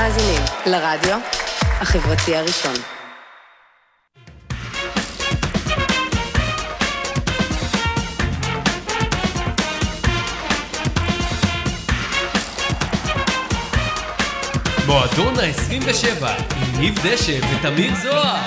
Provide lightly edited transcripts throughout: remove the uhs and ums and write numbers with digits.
מאזינים לרדיו החברתי הראשון. מועדון ה-27 עם ניב דשא ותמיר זוהר.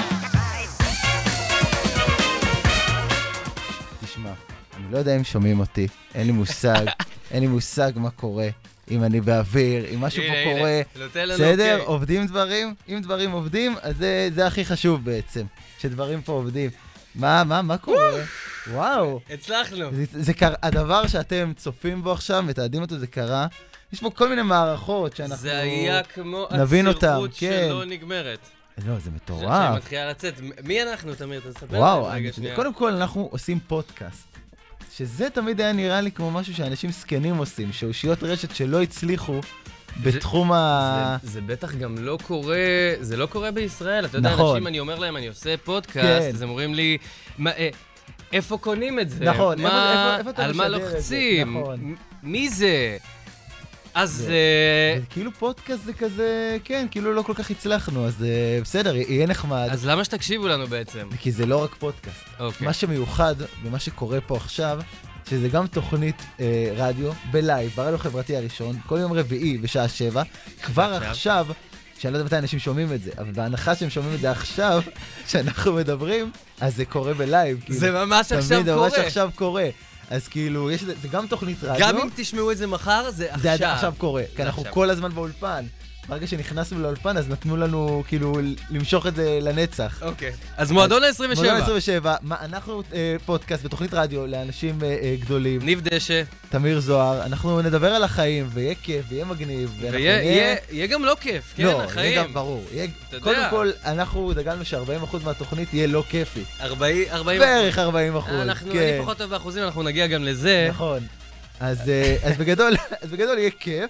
תשמע, אני לא יודע אם שומעים אותי, אין לי מושג מה קורה, אם אני באוויר, אם משהו פה קורה, בסדר? עובדים דברים? אם דברים עובדים, אז זה הכי חשוב בעצם, שדברים פה עובדים. מה קורה? וואו. הצלחנו. הדבר שאתם צופים בו עכשיו, מתעדים אותו, זה קרה. יש פה כל מיני מערכות שאנחנו זה היה כמו נבין אותם, הצירות כן. שלא נגמרת. לא, זה מטורף. שמתחילה לצאת. מי אנחנו, תמיר? תספר וואו, רגע שנייה. קודם כל אנחנו עושים פודקאסט. שזה תמיד היה נראה לי כמו משהו שאנשים סקנים עושים, שאושיות רשת שלא הצליחו בתחום זה בטח גם לא קורה, זה לא קורה בישראל. אתה יודע, נכון. אנשים, אני אומר להם, אני עושה פודקאסט, אז הם אומרים לי, איפה קונים את זה? נכון, איפה אתה על מה משדר את זה? לוחצים? נכון. מי זה? אז כאילו פודקאסט זה כזה, כן, כאילו לא כל כך הצלחנו, אז בסדר, יהיה נחמד. אז למה שתקשיבו לנו בעצם? כי זה לא רק פודקאסט. אוקיי. מה שמיוחד ומה שקורה פה עכשיו, שזה גם תוכנית רדיו בלייב, ברדיו חברתי הראשון, כל יום רביעי בשעה 7, כבר עכשיו, שאני לא יודע מתי אנשים שומעים את זה, אבל בהנחה שהם שומעים את זה עכשיו, שאנחנו מדברים, אז זה קורה בלייב. זה ממש עכשיו תמיד, קורה. ממש עכשיו קורה. אז כאילו, זה גם תוכנית רדיו. גם אם תשמעו את זה מחר, זה עכשיו. זה עכשיו קורה, כי אנחנו כל הזמן באולפן. ברגע שנכנסנו לאולפן, אז נתנו לנו כאילו למשוך את זה לנצח. אוקיי. אז מועדון ה-27. מועדון ה-27, אנחנו פודקאסט בתוכנית רדיו לאנשים גדולים. ניב דשא. תמיר זוהר, אנחנו נדבר על החיים, ויהיה כיף, ויהיה מגניב. ויהיה גם לא כיף, כן, החיים. יהיה גם ברור. קודם כל, אנחנו דגלנו ש40% מהתוכנית יהיה לא כיפי. 40? בערך 40%. אני פחות טוב באחוזים, אנחנו נגיע גם לזה. נכון. אז בגדול יהיה כיף.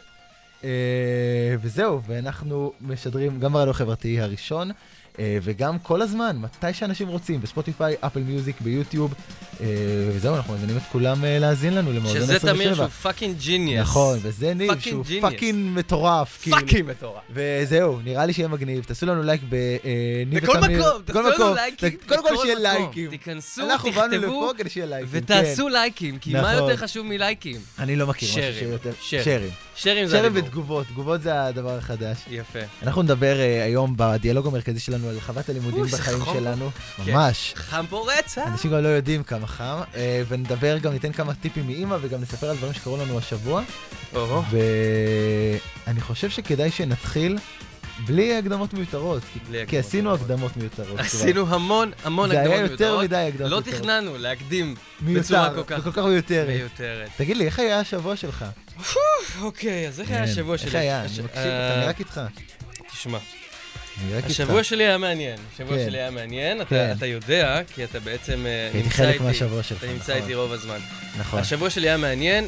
וזהו, ואנחנו משדרים גם ברדיו החברתי הראשון, וגם כל הזמן, מתי שאנשים רוצים, בספוטיפיי, אפל מיוזיק, ביוטיוב, וזהו, אנחנו מזמינים את כולם להאזין לנו למועדון 27. שזה תמיר שהוא פאקינג ג'יניוס. נכון, וזה ניב שהוא פאקינג מטורף. פאקינג מטורף. וזהו, נראה לי שיהיה מגניב, תעשו לנו לייק בניב בכל ותמיר. מקום, תעשו לנו לייקים. קודם כל שיהיה לייקים. תיכנסו, אנחנו באנו תכתבו, לפה כדי שיהיה לייקים. ותעשו לייקים, כי מה יותר חשוב מלייקים? אני לא מכיר משהו שיותר. שרים. שרים זה שרים הדיבור. ותגובות, תגובות זה הדבר החדש. יפה. אנחנו נדבר היום בדיאלוג המרכזי שלנו על חוות הלימודים בחיים שלנו. ממש. חם פה רצח. אנשים גם לא יודעים כמה חם, ונדבר גם, ניתן כמה טיפים מאמא, וגם נספר על דברים שקרו לנו השבוע. ואני חושב שכדאי שנתחיל בלי הקדמות מיותרות, כי עשינו הקדמות מיותרות. עשינו המון הקדמות מיותרות. זה היה יותר מדי הקדמות לא מיותרות. תכננו להקדים בצורה כל כך מיותרת. תגיד לי, איך היה השבוע שלך? אוקיי, אז איך היה השבוע שלי? איך היה? אני מקשיב, אני רק איתך. תשמע, השבוע שלי היה מעניין. השבוע שלי היה מעניין, אתה יודע, כי אתה בעצם נמצא איתי רוב הזמן. נכון. השבוע שלי היה מעניין.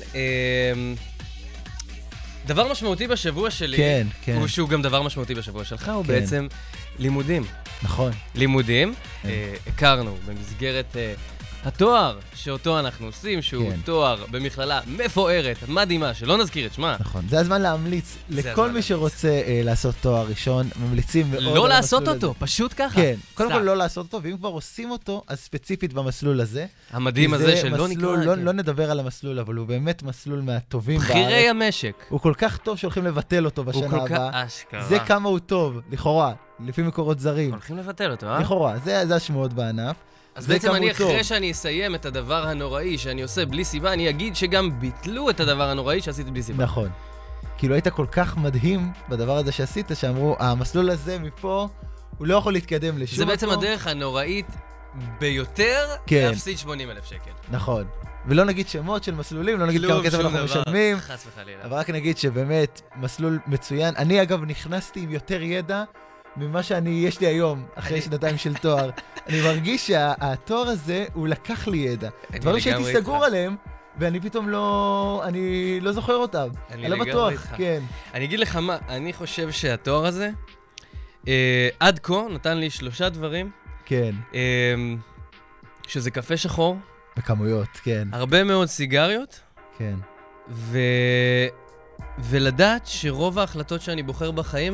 דבר משמעותי בשבוע שלי, הוא שהוא גם דבר משמעותי בשבוע שלך, הוא בעצם לימודים. נכון. לימודים, הכרנו במסגרת התואר שאותו אנחנו עושים, שהוא תואר במכללה מפוארת, מדהימה, שלא נזכיר את שמה. נכון, זה הזמן להמליץ לכל מי שרוצה לעשות תואר ראשון, ממליצים מאוד לא לעשות אותו, פשוט ככה. כן, קודם כל לא לעשות אותו, ואם כבר עושים אותו, אז ספציפית במסלול הזה. המדהים הזה שלא נקרא. לא נדבר על המסלול, אבל הוא באמת מסלול מהטובים בארץ. בחירי המשק. הוא כל כך טוב שהולכים לבטל אותו בשנה הבאה. זה כמה הוא טוב, לכאורה, לפי מקורות זרים. הולכים לבטל אותו, אה? לכאורה, זה השמועות בענף. אז בעצם אני אחרי שאני אסיים את הדבר הנוראי שאני עושה בלי סיבה, אני אגיד שגם ביטלו את הדבר הנוראי שעשיתי בלי סיבה. נכון. כאילו היית כל כך מדהים בדבר הזה שעשית, שאמרו, המסלול הזה מפה, הוא לא יכול להתקדם לשום זה בעצם הדרך הנוראית ביותר להפסיד 80,000 שקל. נכון. ולא נגיד שמות של מסלולים, לא נגיד כמה כסף אנחנו משלמים. חס וחלילה. אבל רק נגיד שבאמת מסלול מצוין. אני אגב נכנסתי עם יותר ידע ממה יש לי היום, אחרי שנתיים של תואר. אני מרגיש שהתואר הזה, הוא לקח לי ידע. דברים שהייתי סגור עליהם, ואני פתאום לא זוכר אותם. אני לא בטוח, כן. אני אגיד לך מה, אני חושב שהתואר הזה, עד כה נתן לי 3 דברים. כן. שזה קפה שחור. בכמויות, כן. הרבה מאוד סיגריות. כן. ולדעת שרוב ההחלטות שאני בוחר בחיים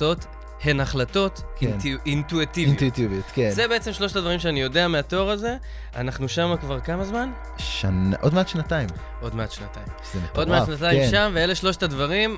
הן החלטות אינטואיטיביות. אינטואיטיביות, כן. זה בעצם שלושת הדברים שאני יודע מהתואר הזה. אנחנו שם כבר כמה זמן? עוד מעט שנתיים. עוד מעט שנתיים. שזה מטורף. עוד מעט שנתיים כן. שם, ואלה שלושת הדברים.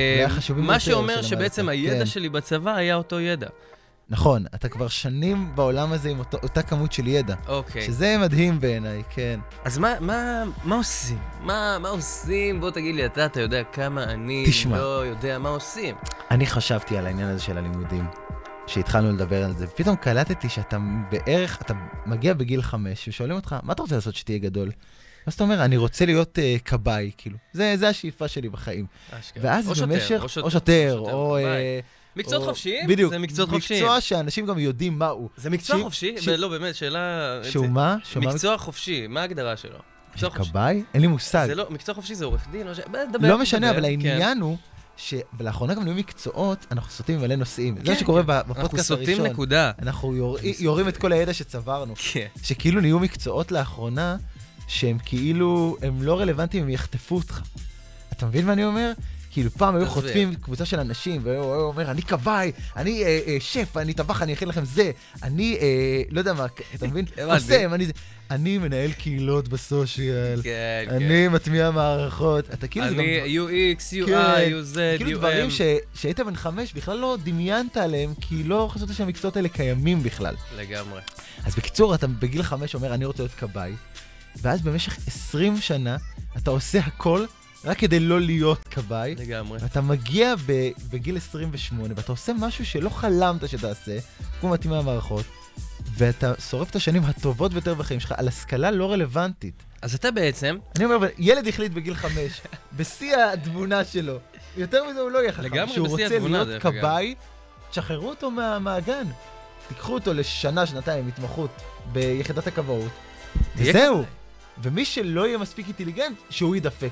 מה שאומר שבעצם הידע כן. שלי בצבא היה אותו ידע. נכון, אתה כבר שנים בעולם הזה עם אותה כמות של ידע. אוקיי. שזה מדהים בעיניי, כן. אז מה עושים? מה עושים? בוא תגיד לי, אתה יודע כמה אני לא יודע מה עושים. אני חשבתי על העניין הזה של הלימודים, שהתחלנו לדבר על זה, ופתאום קלטתי שאתה בערך, אתה מגיע בגיל 5, ושואלים אותך, מה אתה רוצה לעשות שתהיה גדול? אז אתה אומר, אני רוצה להיות כבאי, כאילו. זה השאיפה שלי בחיים. ואז במשך, או שוטר, או... מקצועות חופשיים? בדיוק. זה מקצועות חופשיים. מקצוע שאנשים גם יודעים מה הוא. זה מקצוע חופשי? לא, באמת, שאלה... שהוא מה? מקצוע חופשי, מה ההגדרה שלו? כבאי? אין לי מושג. מקצוע חופשי זה עורך דין? לא משנה, אבל העניין הוא שלאחרונה גם נהיו מקצועות, אנחנו סוטים מלא נושאים. זה מה שקורה בפודקאסט הראשון. אנחנו סוטים נקודה. אנחנו יורים את כל הידע שצברנו. שכאילו נהיו מקצועות לאחרונה, שהם כאילו, הם לא רלוונטיים, הם יחטפו אותך. אתה מבין מה אני אומר? כאילו פעם היו חוטפים קבוצה של אנשים, והוא אומר, אני כבאי, אני שף, אני טבח, אני אכין לכם זה, אני, לא יודע מה, אתה מבין? עושה, אני מנהל קהילות בסושיאל, אני מטמיע מערכות, אתה כאילו זה גם... אני UX, UI, UZ, כאילו דברים שהיית בן 5 בכלל לא דמיינת עליהם, כי לא חשבת שהמקצועות האלה קיימים בכלל. לגמרי. אז בקיצור, אתה בגיל 5 אומר, אני רוצה להיות כבאי, ואז במשך 20 שנה אתה עושה הכל, רק כדי לא להיות כבאי. לגמרי. ואתה מגיע בגיל 28, ואתה עושה משהו שלא חלמת שתעשה, כמו מתאימה המערכות, ואתה שורף את השנים הטובות ביותר בחיים שלך על השכלה לא רלוונטית. אז אתה בעצם... אני אומר, ילד החליט בגיל 5, בשיא התבונה שלו, יותר מזה הוא לא יהיה חכם, שהוא רוצה להיות כבאי, תשחררו אותו מהגן. תיקחו אותו לשנה, שנתיים, התמחות ביחידת הכבאות, וזהו. ומי שלא יהיה מספיק אינטליגנט, שהוא ידפק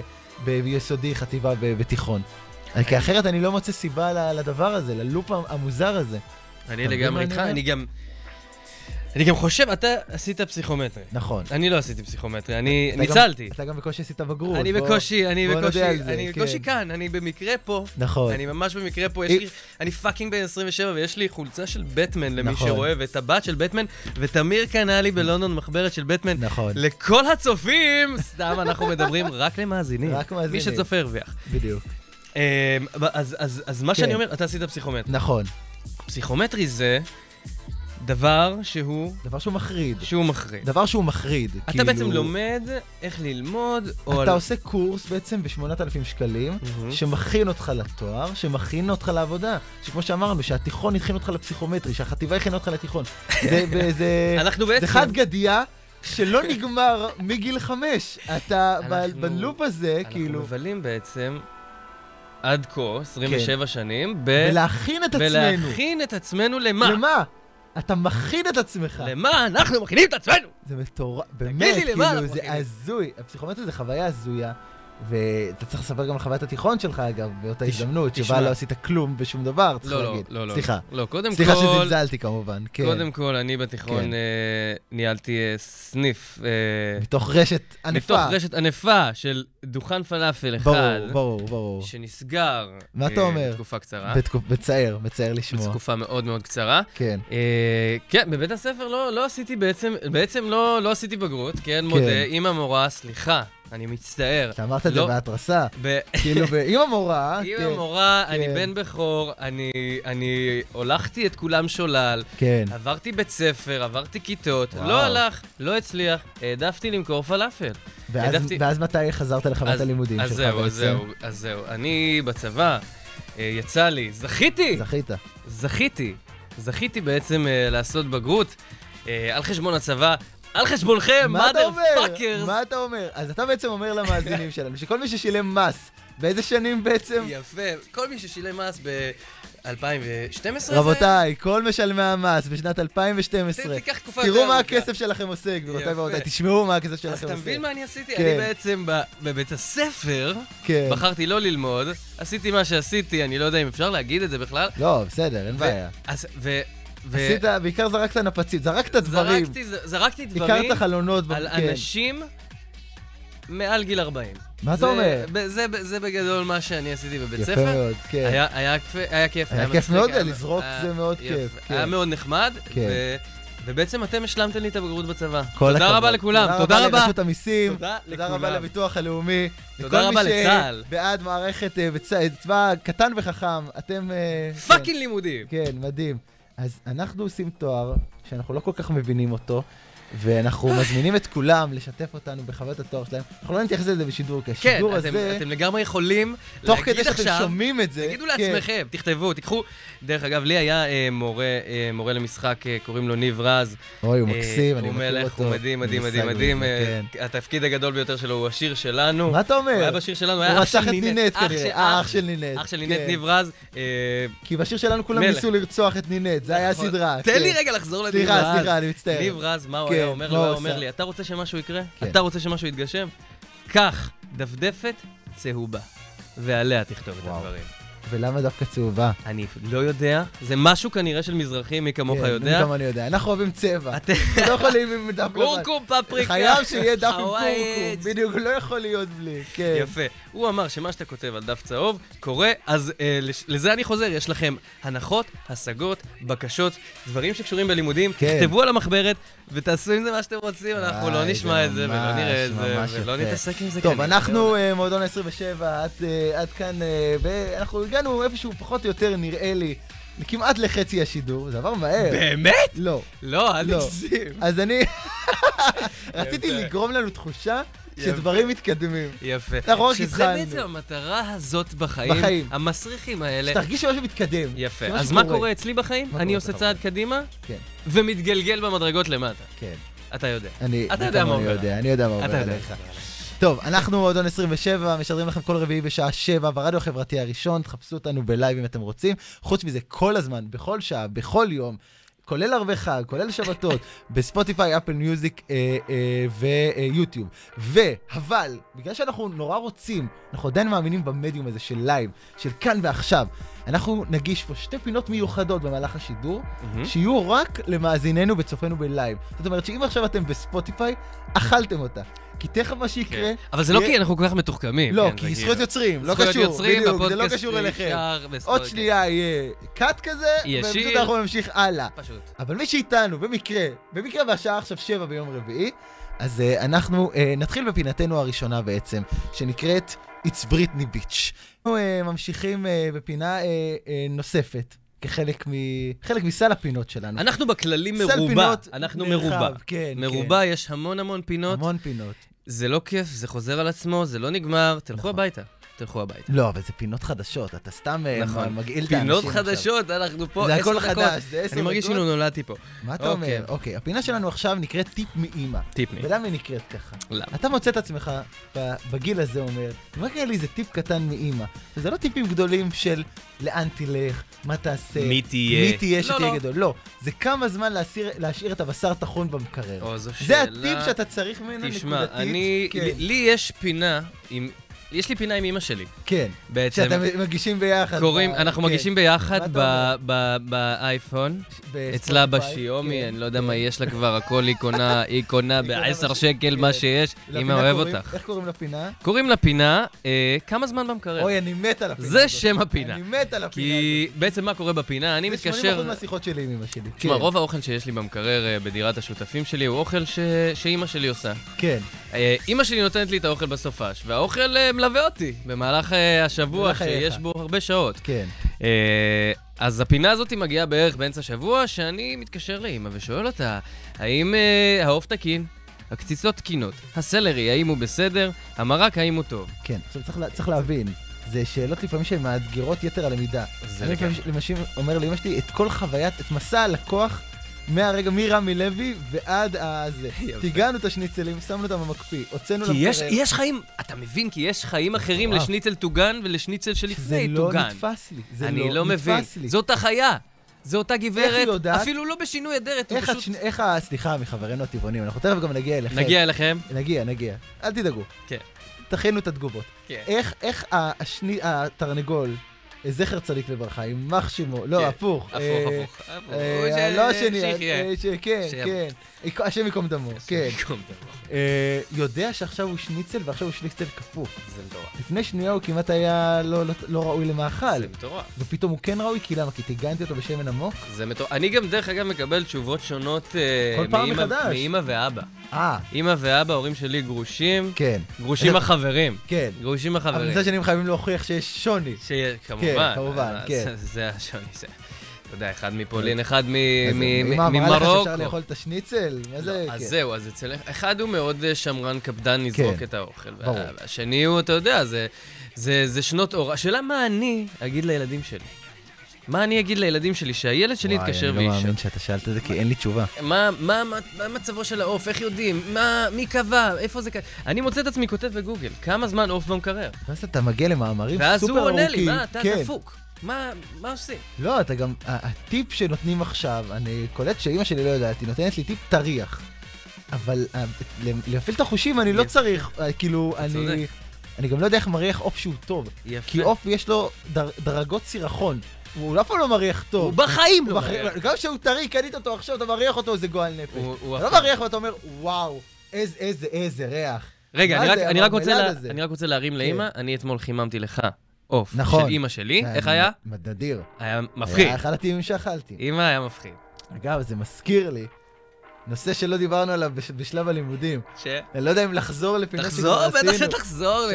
ביסודי, חטיבה ותיכון. כי אחרת אני לא מוצא סיבה לדבר הזה, ללופ המוזר הזה. אני לגמרי איתך, אני גם חושב, אתה עשית פסיכומטרי. נכון. אני לא עשיתי פסיכומטרי, אני ניצלתי. אתה גם בקושי עשית בגרות. אני בקושי כאן, אני במקרה פה. נכון. אני ממש במקרה פה, אני פאקינג בן 27 ויש לי חולצה של בטמן למי שרואה, וטבעת של בטמן, ותמיר קנה לי בלונדון מחברת של בטמן. נכון. לכל הצופים, סתם אנחנו מדברים רק למאזינים. רק מאזינים. מי שצופה הרוויח. בדיוק. אז מה שאני אומר, אתה עשית פסיכומטרי. נכון. פסיכומטרי זה דבר שהוא מחריד. דבר שהוא מחריד. אתה בעצם לומד איך ללמוד, אתה עושה קורס בעצם ב8,000 שקלים, שמכין אותך לתואר, שמכין אותך לעבודה. שכמו שאמרנו, שהתיכון הכין אותך לפסיכומטרי, שהחטיבה הכין אותך לתיכון. זה חד גדיה שלא נגמר מגיל 5. אתה בלופ הזה, כאילו... אנחנו מבלים בעצם... עד כה, 27 שנים, ולהכין את עצמנו. ולהכין את עצמנו למה? למה? אתה מכין את עצמך. למה אנחנו מכינים את עצמנו? זה מטורף, באמת, כאילו, זה הזוי. הפסיכומטרי זה חוויה הזויה, ואתה צריך לספר גם על חוויית התיכון שלך, אגב, באותה הזדמנות, שבה לא עשית כלום בשום דבר, צריך להגיד. לא. סליחה. לא, קודם כל... סליחה שזלזלתי כמובן, כן. קודם כל, אני בתיכון ניהלתי סניף... מתוך רשת ענפה. מתוך רשת ענפה של דוכן פלאפל אחד. ברור. שנסגר. מה אתה אומר? בתקופה קצרה. מצער לשמוע. בתקופה מאוד מאוד קצרה. כן. כן, בבית הספר לא עשיתי בעצם לא עשיתי בגרות, כן, מודה, עם המורה, סליחה. אני מצטער. אתה אמרת את זה בהתרסה. כאילו, עם המורה. עם המורה, אני בן בכור, אני הולכתי את כולם שולל. כן. עברתי בית ספר, עברתי כיתות, לא הלך, לא הצליח, העדפתי למכור פלאפל. ואז מתי חזרת לחוות הלימודים שלך? אז זהו. אני בצבא, יצא לי, זכיתי בעצם לעשות בגרות, על חשבון הצבא, על חשבונכם, motherfuckers. מה אתה אומר? אז אתה בעצם אומר למאזינים שלנו, שכל מי ששילם מס, באיזה שנים בעצם? יפה, כל מי ששילם מס ב-2012 רבותיי, כל משלמי המס בשנת 2012, תראו מה הכסף שלכם עושה, גבירותיי ורבותיי, תשמעו מה הכסף שלכם עושה. אז אתה מבין מה אני עשיתי? אני בעצם בבית הספר, בחרתי לא ללמוד, עשיתי מה שעשיתי, אני לא יודע אם אפשר להגיד את זה בכלל. לא, בסדר, אין בעיה. עשית, בעיקר זרקת נפצית, זרקת דברים. זרקתי דברים הכרת חלונות. על אנשים מעל גיל 40. מה אתה אומר? זה בגדול מה שאני עשיתי בבית ספר. יפה מאוד, כן. היה כיף. היה כיף מאוד, לזרוק זה מאוד כיף. היה מאוד נחמד, ובעצם אתם השלמתם לי את הבגרות בצבא. תודה תודה רבה לכולם, תודה רבה לרשות המיסים, תודה רבה לביטוח הלאומי, תודה רבה לצה"ל. לכל מי שבעד מערכת צבא קטן וחכם, אתם... פאקינג לימודים. כן, מדהים. אז אנחנו עושים תואר שאנחנו לא כל כך מבינים אותו, ואנחנו מזמינים את כולם לשתף אותנו בחוויות התואר שלהם. אנחנו לא נתייחס לזה בשידור, כי השידור הזה... כן, אתם לגמרי יכולים תוך כדי שאתם שומעים את זה. תגידו לעצמכם, תכתבו, תיקחו... דרך אגב, לי היה מורה למשחק, קוראים לו ניב רז. אוי, הוא מקסים, אני מכיר אותו. הוא מלך, הוא מדהים, מדהים, מדהים, מדהים. התפקיד הגדול ביותר שלו הוא השיר שלנו. מה אתה אומר? הוא היה בשיר שלנו, הוא רצח את נינט כנראה, אח של נינט. אח של נינט, ניב רז. כי בשיר שלנו כולם ניסו לרצוח את נינט, זה היה הסדרה. תן לי רגע לחזור לניב רז. סליחה, אני מצטער. ניב רז, מה הוא היה אומר לו? הוא אומר לי, אתה רוצה שמשהו יקרה? אתה רוצה שמשהו יתגשם? קח דפדפת צהובה, ועליה תכתוב את הדברים. ולמה דווקא צהובה? אני לא יודע, זה משהו כנראה של מזרחים, מי כמוך יודע. כן, אני יודע. אנחנו אוהבים צבע. לא יכולים עם דף לבן. קורקום, פפריקה. חייב שיהיה דף עם קורקום. בדיוק, לא יכול להיות בלי. יפה. הוא אמר שמה שאתה כותב על דף צהוב קורה, אז לזה אני חוזר. יש לכם הנחות, השגות, בקשות, דברים שקשורים בלימודים. תכתבו על המחברת ותעשו עם זה מה שאתם רוצים. אנחנו לא נשמע את זה ולא נראה את זה ולא נתעסק עם זה. טוב, אנחנו מועדון 27, עד כאן, ואנחנו הגענו איפשהו פחות או יותר נראה לי כמעט לחצי השידור, זה עבר מהר. באמת? לא. לא, אל תגזים. אז אני רציתי לגרום לנו תחושה שדברים מתקדמים. יפה. אנחנו רק שזה התחלנו. בעצם המטרה הזאת בחיים, המסריחים האלה. שתרגיש שמשהו מתקדם. יפה. אז מה קורה אצלי בחיים? אני עושה צעד קדימה, ומתגלגל במדרגות למטה. כן. אתה יודע. אתה יודע מה עובר. אני יודע מה עובר עליך. טוב, אנחנו מועדון 27, משדרים לכם כל רביעי בשעה 7 ברדיו החברתי הראשון, תחפשו אותנו בלייב אם אתם רוצים. חוץ מזה, כל הזמן, בכל שעה, בכל יום, כולל ערבי חג, כולל שבתות, בספוטיפיי, אפל מיוזיק ויוטיוב. אבל, בגלל שאנחנו נורא רוצים, אנחנו עדיין מאמינים במדיום הזה של לייב, של כאן ועכשיו, אנחנו נגיש פה 2 פינות מיוחדות במהלך השידור, שיהיו רק למאזיננו וצופנו בלייב. זאת אומרת שאם עכשיו אתם בספוטיפיי, אכלתם אותה. כי תכף מה שיקרה... אבל זה לא כי אנחנו כל כך מתוחכמים. לא, כי זכויות יוצרים, לא קשור. בדיוק, זה לא קשור אליכם. עוד שנייה יהיה קאט כזה, ובפשוט אנחנו נמשיך הלאה. פשוט. אבל מי שאיתנו, במקרה והשעה עכשיו 7 ביום רביעי, אז אנחנו נתחיל בפינתנו הראשונה בעצם, שנקראת It's Britney Beach. אנחנו ממשיכים בפינה נוספת. כחלק מסל הפינות שלנו. אנחנו בכללים מרובה. אנחנו מרובה. מרובה, יש המון פינות. המון פינות. זה לא כיף, זה חוזר על עצמו, זה לא נגמר, תלכו הביתה. תלכו הביתה. לא, אבל זה פינות חדשות, אתה סתם מגעיל את האנשים עכשיו. פינות חדשות, אנחנו פה 10 דקות. זה הכל חדש, זה 10 דקות. אני מרגיש שלא נולדתי פה. מה אתה אומר? אוקיי, הפינה שלנו עכשיו נקראת טיפ מאמא. טיפ מאמא. ולמה היא נקראת ככה? למה? אתה מוצא את עצמך בגיל הזה אומר, מה קרה לי זה טיפ קטן מאמא. זה לא טיפים גדולים של לאן תלך, מה תעשה, מי תהיה שתהיה גדול. לא, זה כמה זמן להשאיר את הבשר טחון במקרר. זו שאלה. זה הטיפ שאתה צריך ממנה נקודתית. תשמע, לי יש פינה יש לי פינה עם אמא שלי. כן. בעצם. שאתם מגישים ביחד. אנחנו מגישים ביחד באייפון. אצלה בשיומי, אני לא יודע מה יש לה כבר, הכל היא קונה ב10 שקל מה שיש. אמא אוהב אותך. איך קוראים לפינה? קוראים לפינה, כמה זמן במקרר. אוי, אני מת על הפינה. זה שם הפינה. אני מת על הפינה. כי בעצם מה קורה בפינה, אני מתקשר... זה 80% מהשיחות שלי עם אמא שלי. תשמע, רוב האוכל שיש לי במקרר בדירת השותפים שלי הוא אוכל שאמא שלי עושה. כן. אמא שלי נותנת לי את האוכל בסופש, והאוכל מלווה אותי במהלך השבוע שיש בו הרבה שעות. כן. אז הפינה הזאת מגיעה בערך באמצע השבוע, שאני מתקשר לאמא ושואל אותה, האם העוף תקין? הקציצות תקינות, הסלרי, האם הוא בסדר? המרק, האם הוא טוב? כן, עכשיו צריך להבין, זה שאלות לפעמים שהן מאתגרות יתר הלמידה. אני לפעמים אומר לאמא שלי, את כל חוויית, את מסע הלקוח, מהרגע מרמי לוי ועד הזה. תיגענו את השניצלים, שמנו אותם במקפיא, הוצאנו למקרר. כי יש חיים, אתה מבין, כי יש חיים אחרים לשניצל טוגן ולשניצל שלפני טוגן. זה לא נתפס לי, זה לא נתפס לי. אני לא מבין, זאת החיה. זו אותה גברת, אפילו לא בשינוי אדרת, הוא פשוט... סליחה, מחברנו הטבעונים, אנחנו תכף גם נגיע אליכם. נגיע אליכם? נגיע. אל תדאגו. כן. תכינו את התגובות. כן. איך התרנגול זכר צדיק לברכה, יימח שמו, לא, הפוך. הפוך. לא השני, שיחיה. כן. השם יקום דמו, כן. יקום דמו. יודע שעכשיו הוא שניצל ועכשיו הוא שניצל קפוא. זה מטורף. לפני שנייה הוא כמעט היה לא ראוי למאכל. זה מטורף. ופתאום הוא כן ראוי, כי למה? כי תיגנתי אותו בשמן עמוק? זה מטורף. אני גם דרך אגב מקבל תשובות שונות מאמא ואבא. אמא ואבא, ההורים שלי גרושים. כן. גרושים החברים. כן. גרושים החברים. אבל מצד שני חייבים להוכיח שיש שוני. כמובן. כן. זה השוני, זה. אתה יודע, אחד מפולין, אחד אמא ממרוקו. אמרה לך שאפשר לאכול את השניצל? אז זהו, אז אצל אחד הוא מאוד שמרן קפדן לזרוק את האוכל. והשני הוא, אתה יודע, זה שנות אור. השאלה מה אני אגיד לילדים שלי. מה אני אגיד לילדים שלי? שהילד שלי יתקשר ואישר. אני לא מאמין שאתה שאלת את זה, כי אין לי תשובה. מה מצבו של העוף? איך יודעים? מי קבע? איפה זה קבע? אני מוצא את עצמי כותב בגוגל, כמה זמן עוף במקרר? ואז אתה מגיע למאמרים סופר ארוכים. ואז הוא עונה לי, מה? אתה דפוק. מה עושים? לא, אתה גם, הטיפ שנותנים עכשיו, אני קולט שאמא שלי לא יודעת, היא נותנת לי טיפ תריח. אבל להפעיל את החושים אני לא צריך, כאילו, אני גם לא יודע איך מריח עוף שהוא טוב. כי עוף יש לו דרגות סירחון. הוא אף פעם לא מריח טוב. הוא בחיים לא מריח. גם כשהוא טרי, קנית אותו עכשיו, אתה מריח אותו, זה גועל נפש. אתה לא מריח ואתה אומר, וואו, איזה ריח. רגע, אני רק רוצה להרים לאמא, אני אתמול חיממתי לך עוף של אמא שלי. איך היה? מדדיר. היה מפחיד. היה אחד הטעימים שאכלתי. אמא היה מפחיד. אגב, זה מזכיר לי. נושא שלא דיברנו עליו בשלב הלימודים. אני לא יודע אם לחזור לפינה שכבר עשינו. בטח שתחזור.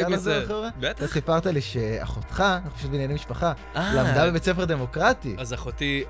אתה סיפרת לי שאחותך, אני חושב בענייני משפחה, למדה בבית ספר דמוקרטי. אז אחותי,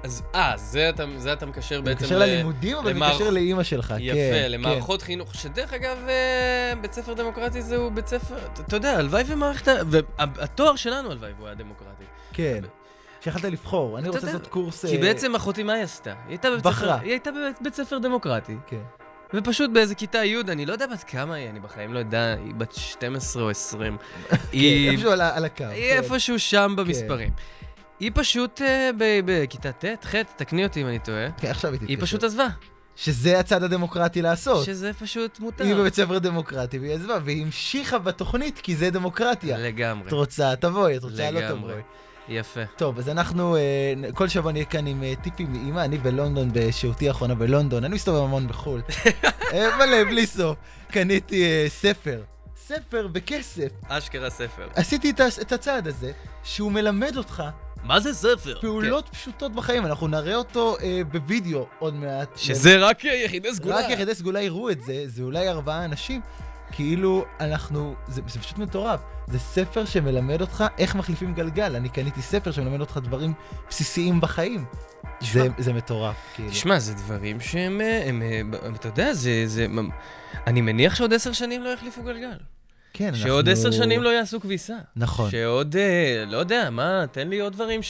זה אתה מקשר בעצם... מקשר ללימודים, אבל מקשר לאמא שלך. יפה, למערכות חינוך, שדרך אגב, בית ספר דמוקרטי זהו בית ספר, אתה יודע, הלוואי ומערכת... והתואר שלנו הלוואי והוא היה דמוקרטי. כן. שיכלת לבחור, אני רוצה לעשות קורס... כי בעצם אחותי מה היא עשתה? היא הייתה בבית ספר דמוקרטי. כן. ופשוט באיזה כיתה י', אני לא יודע בת כמה היא, אני בחיים לא יודע, היא בת 12 או 20. איפשהו על הקו. היא איפשהו שם במספרים. היא פשוט בכיתה ט', ח', תקני אותי אם אני טועה. כן, עכשיו היא תתקשר. היא פשוט עזבה. שזה הצד הדמוקרטי לעשות. שזה פשוט מותר. היא בבית ספר דמוקרטי, והיא עזבה, והיא המשיכה בתוכנית, כי זה דמוקרטיה. לגמרי. את רוצה, תבואי, את רוצה, לא תבואי. יפה. טוב, אז אנחנו, כל שבוע נהיה כאן עם טיפים מאמא, אני בלונדון, בשהותי האחרונה בלונדון, אני מסתובב המון בחול. מלא, בלי סוף. קניתי ספר בכסף. אשכרה ספר. עשיתי את הצעד הזה, שהוא מלמד אותך מה זה ספר? פעולות פשוטות בחיים, אנחנו נראה אותו בווידאו עוד מעט. שזה רק יחידי סגולה. רק יחידי סגולה יראו את זה, זה אולי 4 אנשים. כאילו זה פשוט מטורף. זה ספר שמלמד אותך איך מחליפים גלגל. אני קניתי ספר שמלמד אותך דברים בסיסיים בחיים. זה מטורף. תשמע, זה דברים שהם, אתה יודע, אני מניח שעוד 10 שנים לא יחליפו גלגל. כן, שעוד 10 שנים לא יעשו כביסה. נכון. שעוד, לא יודע, תן לי עוד דברים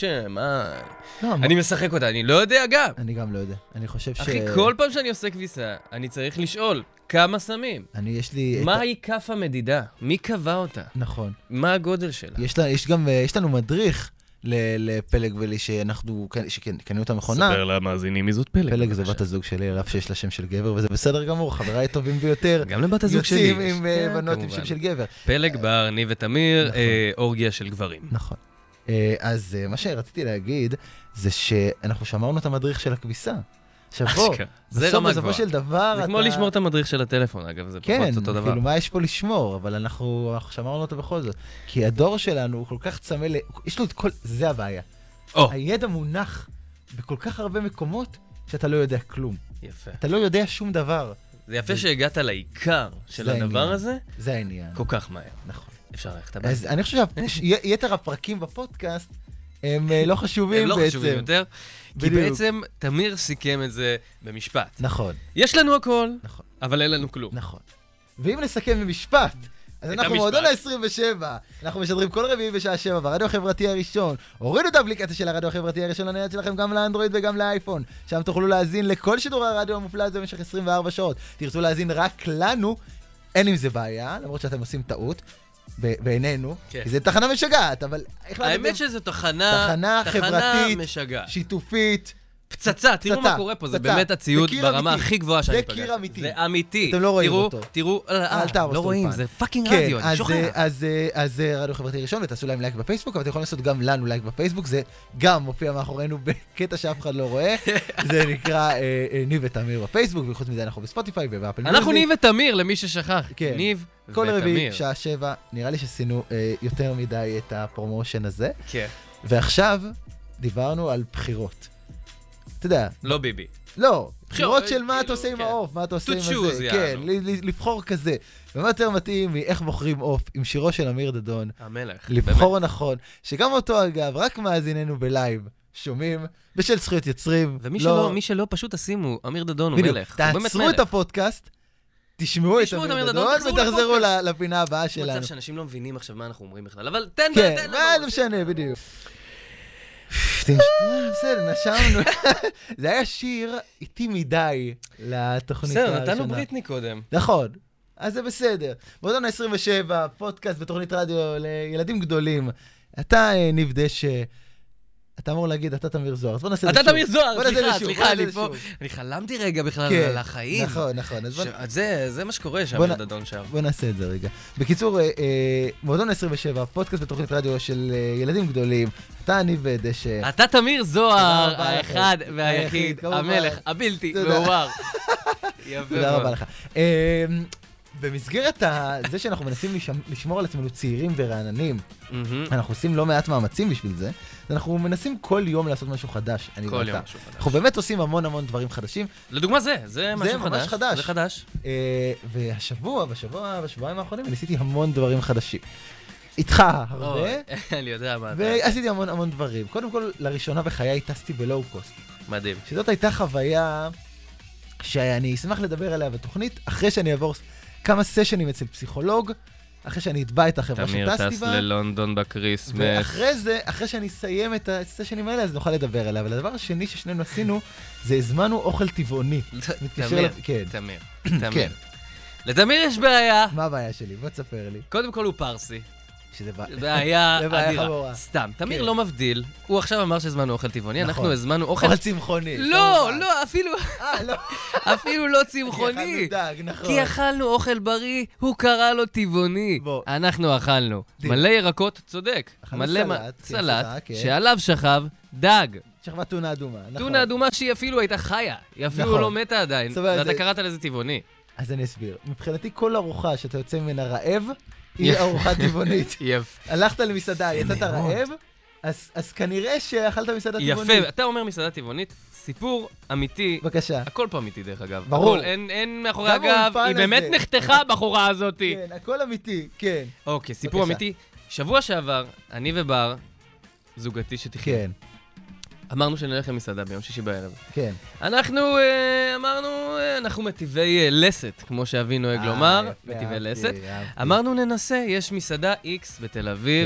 אני משחק אותה, אני לא יודע גם. אני גם לא יודע. אני חושב אחי, כל פעם שאני עושה כביסה, אני צריך לשאול, כמה שמים? מהי כף המדידה? מי קבע אותה? נכון. מה הגודל שלה? יש לנו מדריך לפלג ולי שקנינו את המכונה. ספר למאזינים מי זאת פלג. פלג זה בת הזוג שלי, רב שיש לה שם של גבר, וזה בסדר גמור, חבריי טובים ביותר. גם לבת הזוג שלי. יוצאים עם בנות עם שם של גבר. פלג בר, ניב ותמיר, אורגיה של גברים. נכון. אז מה שרציתי להגיד, זה שאנחנו שמרנו את המדריך של הכביסה. שבו, בסופו של דבר... זה כמו לשמור את המדריך של הטלפון, אגב, זה פחות אותו דבר. כן, כאילו מה יש פה לשמור, אבל אנחנו שמרנו אותו בכל זאת. כי הדור שלנו הוא כל כך צמא יש לו את כל... זה הבעיה. הידע מונח בכל כך הרבה מקומות, שאתה לא יודע כלום. יפה. אתה לא יודע שום דבר. זה יפה שהגעת לעיקר של הדבר הזה. זה העניין. כל כך מהר. נכון. אפשר ללכת הבא. אז אני חושב שיתר הפרקים בפודקאסט, הם לא חשובים בעצם. הם לא חשובים יותר, כי בעצם תמיר סיכם את זה במשפט. נכון. יש לנו הכל, אבל אין לנו כלום. נכון. ואם נסכם במשפט, אז אנחנו מועדון ה-27, אנחנו משדרים כל רביעי בשעה 7 ברדיו החברתי הראשון. הורידו את האפליקציה של הרדיו החברתי הראשון לנייד שלכם גם לאנדרואיד וגם לאייפון. שם תוכלו להאזין לכל שידורי הרדיו המופלא הזה במשך 24 שעות. תרצו להאזין רק לנו, אין עם זה בעיה, למרות שאתם עושים טעות. בעינינו, כי זה תחנה משגעת, אבל... האמת שזו תחנה חברתית, שיתופית, פצצה, תראו מה קורה פה, זה באמת הציוד ברמה הכי גבוהה שאני פגשתי. זה קיר אמיתי. זה אמיתי. אתם לא רואים אותו. תראו, לא רואים, זה פאקינג רדיו, אני שוכח. אז רדיו חברתי ראשון, ותעשו להם לייק בפייסבוק, אבל אתם יכולים לעשות גם לנו לייק בפייסבוק, זה גם מופיע מאחורינו בקטע שאף אחד לא רואה, זה נקרא ניב ותמיר בפייסבוק, וחוץ מזה אנחנו בספוטיפיי ובאפל מיוזיק. אנחנו ניב ותמיר, למי ששכח. ניב ותמיר. כל רביעי, שעה 7, נראה לי שעשינו יותר מדי את הפרומושן הזה. כן. ועכשיו דיברנו על בחירות. אתה יודע. לא ביבי. לא, בחירות של מה אתה עושה עם העוף, מה אתה עושה עם זה. כן, לבחור כזה. ומה יותר מתאים מאיך בוחרים עוף עם שירו של אמיר דדון. המלך. לבחור נכון, שגם אותו אגב, רק מאזיננו בלייב, שומעים, בשל זכויות יוצרים. ומי שלא, פשוט תשימו, אמיר דדון הוא מלך. תעצרו את הפודקאסט, תשמעו את אמיר דדון ותחזרו לפינה הבאה שלנו. מצב שאנשים לא מבינים עכשיו מה אנחנו אומרים בכלל, אבל תן כן, זה משנה, בדיוק. בסדר, נשמנו. זה היה שיר איטי מדי לתוכנית הראשונה. בסדר, נתנו בריטני קודם. נכון, אז זה בסדר. מועדון ה-27, פודקאסט בתוכנית רדיו לילדים גדולים. אתה ניב דשא, אתה אמור להגיד, אתה תמיר זוהר. אז בוא נעשה את זה שוב. אתה תמיר זוהר, סליחה, אני חלמתי רגע בכלל על החיים. נכון. זה מה שקורה שאמיר דדון שר. בוא נעשה את זה רגע. בקיצור, מועדון ה-27, פודקאסט בתוכנית רדיו של ילדים גדולים. אתה ניב דשא. אתה תמיר זוהר, האחד והיחיד, המלך, הבלתי מעורר. תודה רבה לך. במסגרת זה שאנחנו מנסים לשמור על עצמנו צעירים ורעננים, אנחנו עושים לא מעט מאמצים בשביל זה, אנחנו מנסים כל יום לעשות משהו חדש. כל יום משהו חדש. אנחנו באמת עושים המון דברים חדשים. לדוגמה זה משהו חדש. זה חדש. בשבועיים האחרונים, ניסיתי המון דברים חדשים. איתך הרבה. אני יודע מה אתה. ועשיתי המון דברים. קודם כל, לראשונה בחיי טסתי בלואו קוסט. מדהים. שזאת הייתה חוויה שאני אשמח לדבר עליה בתוכנית, אחרי שאני אעבור כמה סשנים אצל פסיכולוג, אחרי שאני אתבע את החברה שטסתי בה. תמיר טס ללונדון בקריסמס. ואחרי זה, אחרי שאני אסיים את הסשנים האלה, אז נוכל לדבר עליה. אבל הדבר השני ששנינו עשינו, זה הזמנו אוכל טבעוני. תמיר. לתמיר יש בעיה. מה הבעיה שלי? בוא תספר לי. קודם כל הוא פרסי. שזה בעיה אדירה. סתם, תמיר לא מבדיל. הוא עכשיו אמר שהזמנו אוכל טבעוני, אנחנו הזמנו אוכל צמחוני. לא, אפילו לא צמחוני. נכון. כי אכלנו אוכל בריא, הוא קרא לו טבעוני. אנחנו אכלנו מלא ירקות, צודק. מלא סלט, שעליו שכב דג. שכבה טונה אדומה. טונה אדומה שהיא אפילו הייתה חיה. היא אפילו לא מתה עדיין. ואתה קראת לזה טבעוני. אז אני אסביר. מבחינתי כל ארוחה שאתה יוצא ממנה רעב, היא ארוחה טבעונית. הלכת למסעדה, יצאת רעב, אז כנראה שאכלת מסעדה טבעונית. יפה, אתה אומר מסעדה טבעונית, סיפור אמיתי. בבקשה. הכל פה אמיתי דרך אגב. ברור. אין מאחורי הגב, היא באמת נחתכה בחורה הזאת. כן, הכל אמיתי, כן. אוקיי, סיפור אמיתי. שבוע שעבר, אני ובר, זוגתי שתחיה. כן. אמרנו שנלך למסעדה ביום שישי בערב. כן. אנחנו אמרנו, אנחנו מטיבי לסת, כמו שאבי נוהג לומר, מטיבי לסת. אמרנו ננסה, יש מסעדה X בתל אביב,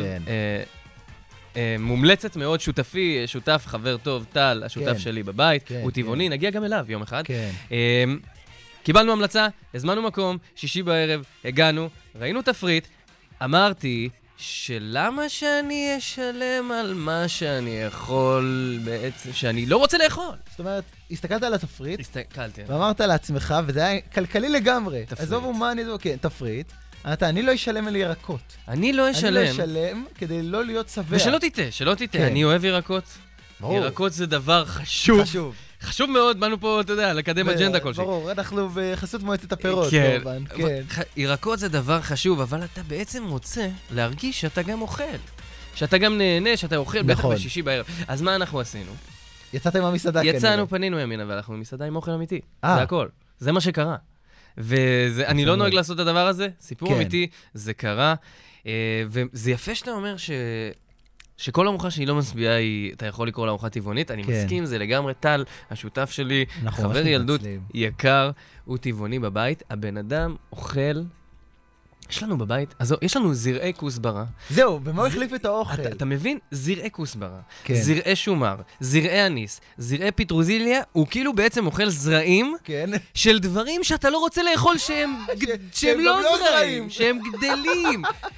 מומלצת מאוד, שותף, חבר טוב, טל, השותף שלי בבית, הוא טבעוני, נגיע גם אליו יום אחד. קיבלנו המלצה, הזמנו מקום, שישי בערב, הגענו, ראינו תפריט, אמרתי, שלמה שאני אשלם על מה שאני יכול בעצם, שאני לא רוצה לאכול? זאת אומרת, הסתכלת על התפריט, הסתכלתי. ואמרת לעצמך, וזה היה כלכלי לגמרי. עזוב מה אני זו, כן, תפריט. אני לא אשלם על ירקות. אני לא אשלם כדי לא להיות שבע. שלא תטעה, אני אוהב ירקות. ירקות זה דבר חשוב. חשוב מאוד, באנו פה, אתה יודע, לקדם אג'נדה כלשהי. ברור, אנחנו בחסות מועצת הפירות, כמובן. ירקות זה דבר חשוב, אבל אתה בעצם רוצה להרגיש שאתה גם אוכל. שאתה גם נהנה, שאתה אוכל, בטח בשישי בערב. אז מה אנחנו עשינו? יצאת עם המסעדה כנראה. יצאנו, פנינו ימינה, ואנחנו במסעדה עם אוכל אמיתי. זה הכל. זה מה שקרה. ואני לא נוהג לעשות את הדבר הזה, סיפור אמיתי, זה קרה. וזה יפה שאתה אומר שכל ארוחה שהיא לא משביעה, אתה יכול לקרוא לארוחה טבעונית, אני מסכים, זה לגמרי טל, השותף שלי, חבר ילדות יקר, הוא טבעוני בבית, הבן אדם אוכל יש לנו בבית, אז יש לנו זרעי כוסברה. זהו, במה הוא החליף את האוכל? אתה מבין? זרעי כוסברה, כן. זרעי שומר, זרעי אניס, זרעי פטרוזיליה, הוא כאילו בעצם אוכל זרעים כן. של דברים שאתה לא רוצה לאכול שהם לא זרעים, שהם גדלים,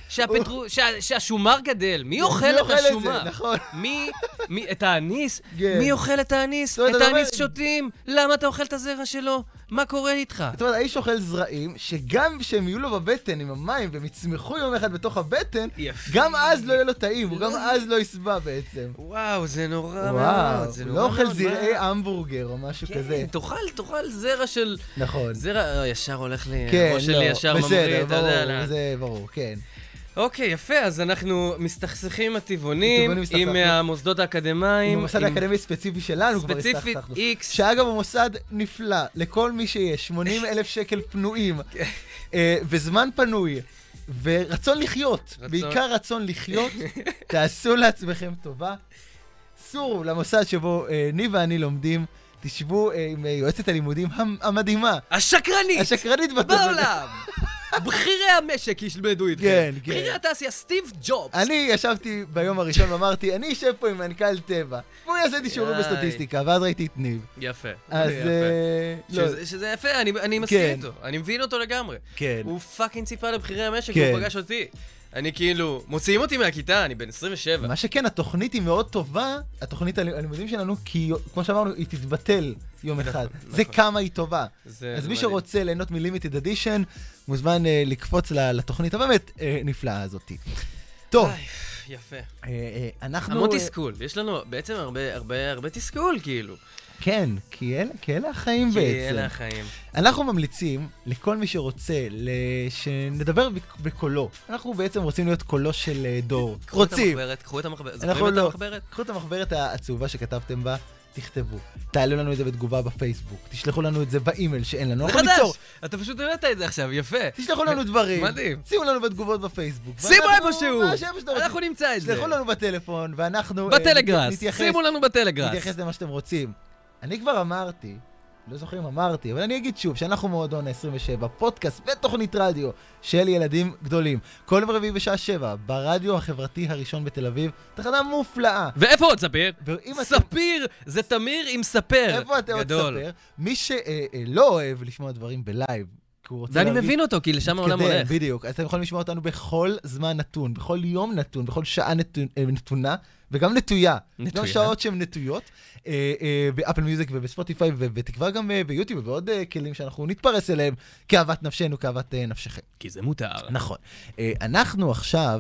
שהשומר גדל. מי אוכל את השומר? נכון. את האניס? כן. מי אוכל את האניס? את האניס שותים? למה אתה אוכל את הזרע שלו? מה קורה איתך? זאת אומרת, האיש אוכל זרעים, שגם כשהם יהיו לו בבטן עם המים, והם יצמחו יום אחד בתוך הבטן, גם אז לא יהיה לו טעים, הוא גם אז לא יסבע בעצם. וואו, זה נורא מאוד. וואו, הוא לא אוכל זרעי המבורגר או משהו כזה. כן, תאכל זרע של... נכון. זרע, ישר הולך לי, כן, הראש שלי ישר ממריא, בסדר, אתה יודע לאן. ברור, זה ברור, כן. אוקיי, יפה, אז אנחנו מסתכסכים הטבעונים עם המוסדות האקדמיים. עם המוסד האקדמי ספציפי שלנו כבר הסתכסכנו. ספציפית איקס. שאגב הוא מוסד נפלא, לכל מי שיש, 80,000 שקל פנויים, וזמן פנוי, ורצון לחיות, בעיקר רצון לחיות, תעשו לעצמכם טובה. סורו למוסד שבו ניב ואני לומדים, תשבו עם יועצת הלימודים המדהימה. השקרנית בעולם. בכירי המשק ילמדו איתכם. כן, כן. בכירי התעשייה, סטיב ג'ובס. אני ישבתי ביום הראשון ואמרתי, אני אשב פה עם מנכ"ל טבע. והוא יעשה לי שיעורים בסטטיסטיקה, ואז ראיתי את ניב. יפה. אז שזה יפה, אני מסכים איתו. אני מבין אותו לגמרי. כן. הוא פאקינג ציפה לבכירי המשק, הוא פגש אותי. אני כאילו, מוציאים אותי מהכיתה, אני בן 27. מה שכן, התוכנית היא מאוד טובה, התוכנית הלימודים שלנו, כי כמו שאמרנו, היא תתבטל יום אחד. זה כמה היא טובה. אז מי שרוצה ליהנות מלימיטד אדישן, מוזמן לקפוץ לתוכנית הבאמת נפלאה הזאת. טוב. יפה. אנחנו... המון תסכול. יש לנו בעצם הרבה תסכול, כאילו. כן, כי אלה החיים בעצם. כי אלה החיים. אנחנו ממליצים לכל מי שרוצה שנדבר בקולו. אנחנו בעצם רוצים להיות קולו של דור. רוצים. קחו את המחברת. זוכרים את המחברת? קחו את המחברת העצובה שכתבתם בה, תכתבו. תעלו לנו את זה בתגובה בפייסבוק. תשלחו לנו את זה באימייל שאין לנו. זה חדש! אתה פשוט הבאת את זה עכשיו, יפה. תשלחו לנו דברים. מדהים. שימו לנו בתגובות בפייסבוק. שימו איפשהו! אנחנו נמצא את זה. תשלחו לנו בטלפון, ואנחנו... בטלגראס. שימו לנו בטלגראס. נתייחס למה שאתם רוצים. אני כבר אמרתי, לא זוכרים אמרתי, אבל אני אגיד שוב, שאנחנו מועדון ה-27, פודקאסט ותוכנית רדיו של ילדים גדולים. כל יום רביעי בשעה 7, ברדיו החברתי הראשון בתל אביב, תחנה מופלאה. ואיפה עוד ספיר? ספיר זה תמיר עם ספר. איפה אתה עוד ספר? מי שלא אוהב לשמוע דברים בלייב, ואני מבין אותו, כי לשם העולם הולך. בדיוק, אז אתם יכולים לשמוע אותנו בכל זמן נתון, בכל יום נתון, בכל שעה נתונה, וגם נטויה. גם שעות שהן נטויות, באפל מיוזיק ובספוטיפיי, ותקווה גם ביוטיוב, ועוד כלים שאנחנו נתפרס אליהם, כאהבת נפשנו, כאהבת נפשכם. כי זה מותר. נכון. אנחנו עכשיו